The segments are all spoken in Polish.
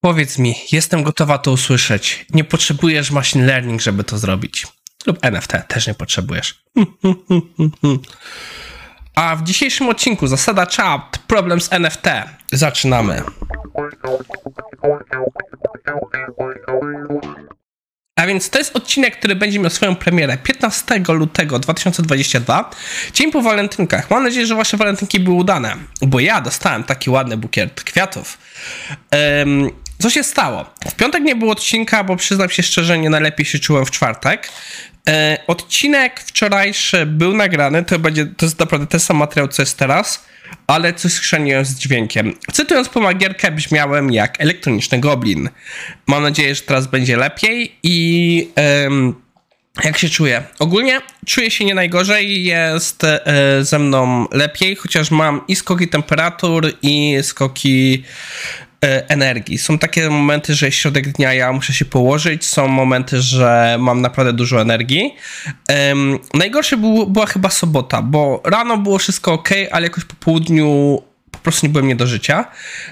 Powiedz mi, jestem gotowa to usłyszeć. Nie potrzebujesz machine learning, żeby to zrobić. Lub NFT też nie potrzebujesz. A w dzisiejszym odcinku zasada czat, problem z NFT. Zaczynamy. A więc to jest odcinek, który będzie miał swoją premierę 15 lutego 2022, dzień po walentynkach. Mam nadzieję, że wasze walentynki były udane, bo ja dostałem taki ładny bukiet kwiatów. Co się stało? W piątek nie było odcinka, bo przyznam się szczerze, nie najlepiej się czułem w czwartek. Odcinek wczorajszy był nagrany, to jest naprawdę ten sam materiał, co jest teraz, ale coś schrzaniłem z dźwiękiem. Cytując pomagierkę, brzmiałem jak elektroniczny goblin. Mam nadzieję, że teraz będzie lepiej i jak się czuję? Ogólnie czuję się nie najgorzej, jest ze mną lepiej, chociaż mam i skoki temperatur, i skoki energii. Są takie momenty, że jest środek dnia, ja muszę się położyć, są momenty, że mam naprawdę dużo energii. Najgorsze była chyba sobota, bo rano było wszystko ok, ale jakoś po południu po prostu nie byłem nie do życia.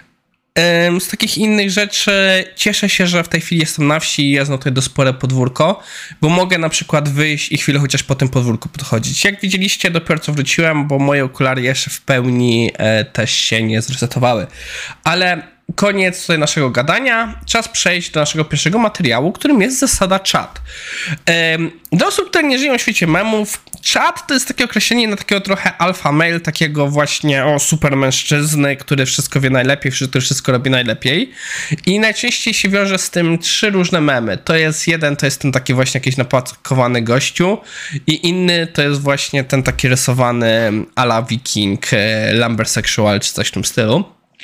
Z takich innych rzeczy cieszę się, że w tej chwili jestem na wsi i jest tutaj spore podwórko, bo mogę na przykład wyjść i chwilę chociaż po tym podwórku podchodzić. Jak widzieliście, dopiero co wróciłem, bo moje okulary jeszcze w pełni też się nie zresetowały. Ale koniec tutaj naszego gadania. Czas przejść do naszego pierwszego materiału, którym jest zasada czat. Dla osób, które nie żyją w świecie memów, czat to jest takie określenie na takiego trochę alpha male, takiego właśnie super mężczyzny, który wszystko wie najlepiej, który wszystko robi najlepiej. I najczęściej się wiąże z tym trzy różne memy. To jest ten taki właśnie jakiś napakowany gościu i inny to jest właśnie ten taki rysowany a la wiking, lumbersexual czy coś w tym stylu.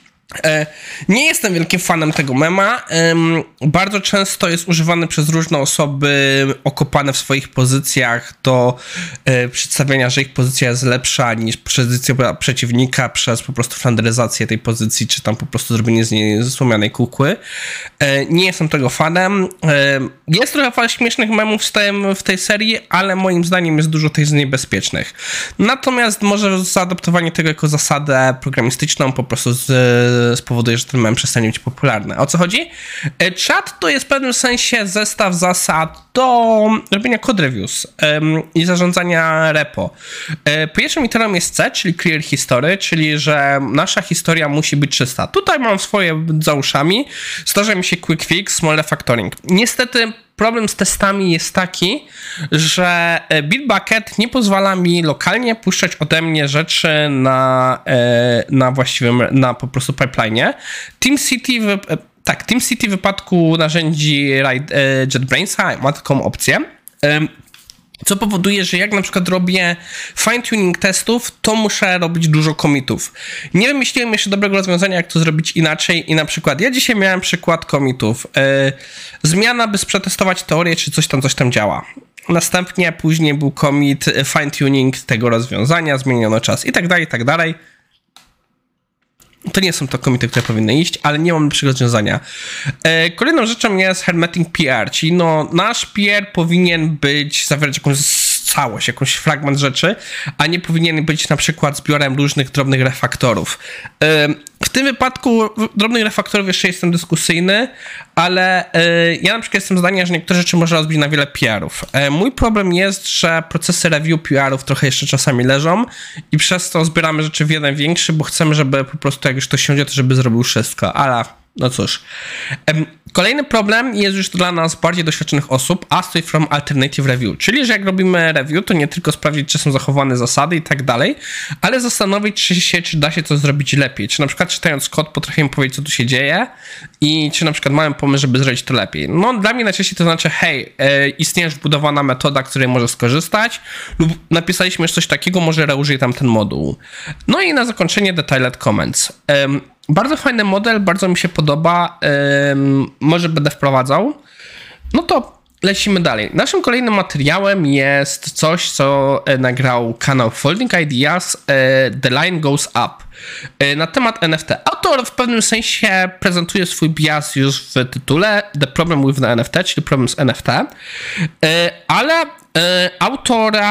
Nie jestem wielkim fanem tego mema. Bardzo często jest używany przez różne osoby okopane w swoich pozycjach do przedstawienia, że ich pozycja jest lepsza niż pozycja przeciwnika przez po prostu flanderyzację tej pozycji, czy tam po prostu zrobienie z niej słomianej kukły. Nie jestem tego fanem. Jest trochę śmiesznych memów w tej serii, ale moim zdaniem jest dużo tych niebezpiecznych. Natomiast może zaadoptowanie tego jako zasadę programistyczną po prostu spowoduje, że ten mem przestanie być popularny. O co chodzi? Chat to jest w pewnym sensie zestaw zasad do robienia code reviews i zarządzania repo. Pierwszą literą jest C, czyli clear history, czyli że nasza historia musi być czysta. Tutaj mam swoje za uszami. Zdarza mi się quick fix, small refactoring. Niestety problem z testami jest taki, że Bitbucket nie pozwala mi lokalnie puszczać ode mnie rzeczy na po prostu pipeline'ie. TeamCity w wypadku narzędzi JetBrainsa ma taką opcję. Co powoduje, że jak na przykład robię fine-tuning testów, to muszę robić dużo commitów. Nie wymyśliłem jeszcze dobrego rozwiązania, jak to zrobić inaczej i na przykład ja dzisiaj miałem przykład commitów. Zmiana, by przetestować teorię, czy coś tam działa. Następnie później był commit, fine-tuning tego rozwiązania, zmieniono czas i tak dalej. To nie są to commity, które powinny iść, ale nie mam lepszego rozwiązania. Kolejną rzeczą jest hermetic PR, czyli nasz PR powinien zawierać jakąś całość, jakąś fragment rzeczy, a nie powinien być na przykład zbiorem różnych drobnych refaktorów. W tym wypadku drobnych refaktorów jeszcze jestem dyskusyjny, ale ja na przykład jestem zdania, że niektóre rzeczy można rozbić na wiele PR-ów. Mój problem jest, że procesy review PR-ów trochę jeszcze czasami leżą i przez to zbieramy rzeczy w jeden większy, bo chcemy, żeby po prostu jak już to siądzie, to żeby zrobił wszystko, ale no cóż. Kolejny problem jest już dla nas bardziej doświadczonych osób, astray from alternative review, czyli że jak robimy review, to nie tylko sprawdzić, czy są zachowane zasady i tak dalej, ale zastanowić czy da się coś zrobić lepiej, czy na przykład czytając kod potrafimy powiedzieć, co tu się dzieje i czy na przykład mamy pomysł, żeby zrobić to lepiej. No dla mnie najczęściej to znaczy, istnieje już wbudowana metoda, której może skorzystać lub napisaliśmy już coś takiego, może reużyj tam ten moduł. No i na zakończenie detailed comments. Bardzo fajny model, bardzo mi się podoba, może będę wprowadzał. No to lecimy dalej. Naszym kolejnym materiałem jest coś, co nagrał kanał Folding Ideas, The Line Goes Up, na temat NFT. Autor w pewnym sensie prezentuje swój bias już w tytule The Problem with the NFT, czyli problem z NFT, ale autora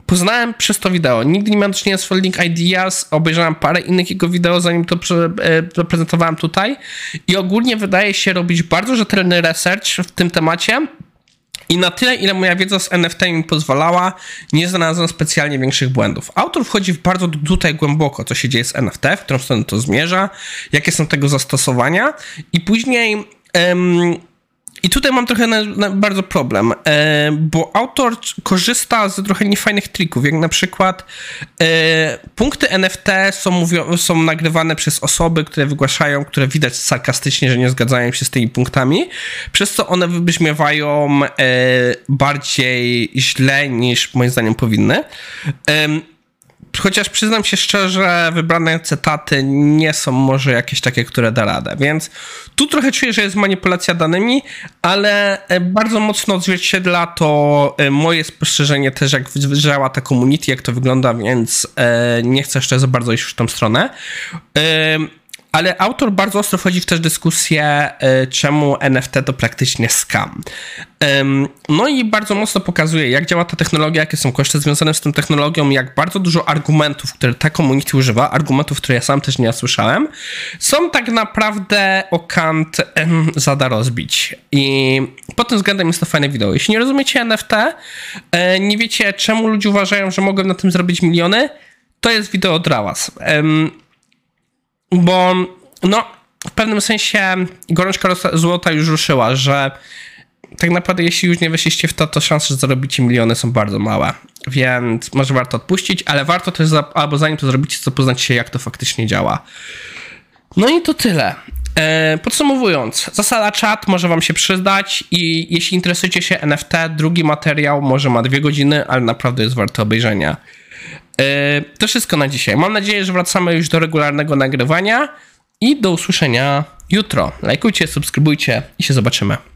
poznałem przez to wideo. Nigdy nie miałem do czynienia z Folding Ideas, obejrzałem parę innych jego wideo, zanim to zaprezentowałem tutaj i ogólnie wydaje się robić bardzo rzetelny research w tym temacie i na tyle, ile moja wiedza z NFT mi pozwalała, nie znalazłem specjalnie większych błędów. Autor wchodzi bardzo tutaj głęboko, co się dzieje z NFT, w którą stronę to zmierza, jakie są tego zastosowania i później... I tutaj mam trochę bardzo problem, bo autor korzysta z trochę niefajnych trików, jak na przykład punkty NFT są nagrywane przez osoby, które wygłaszają, które widać sarkastycznie, że nie zgadzają się z tymi punktami, przez co one wybrzmiewają bardziej źle niż moim zdaniem powinny. Chociaż przyznam się szczerze, wybrane cytaty nie są może jakieś takie, które da radę, więc tu trochę czuję, że jest manipulacja danymi, ale bardzo mocno odzwierciedla to moje spostrzeżenie też, jak działa ta community, jak to wygląda, więc nie chcę jeszcze za bardzo iść w tą stronę. Ale autor bardzo ostro wchodzi w też dyskusję, czemu NFT to praktycznie scam. No i bardzo mocno pokazuje, jak działa ta technologia, jakie są koszty związane z tą technologią, jak bardzo dużo argumentów, które ta community używa, argumentów, które ja sam też nie słyszałem, są tak naprawdę o kant zada rozbić. I pod tym względem jest to fajne wideo. Jeśli nie rozumiecie NFT, nie wiecie, czemu ludzie uważają, że mogą na tym zrobić miliony, to jest wideo dla was. Bo no, w pewnym sensie gorączka złota już ruszyła, że tak naprawdę jeśli już nie weszliście w to, to szanse, że zarobicie miliony są bardzo małe. Więc może warto odpuścić, ale warto też, albo zanim to zrobicie, to poznać się, jak to faktycznie działa. No i to tyle. Podsumowując, zasada czat może wam się przydać i jeśli interesujecie się NFT, drugi materiał może ma 2 godziny, ale naprawdę jest warto obejrzenia. To wszystko na dzisiaj. Mam nadzieję, że wracamy już do regularnego nagrywania i do usłyszenia jutro. Lajkujcie, subskrybujcie i się zobaczymy.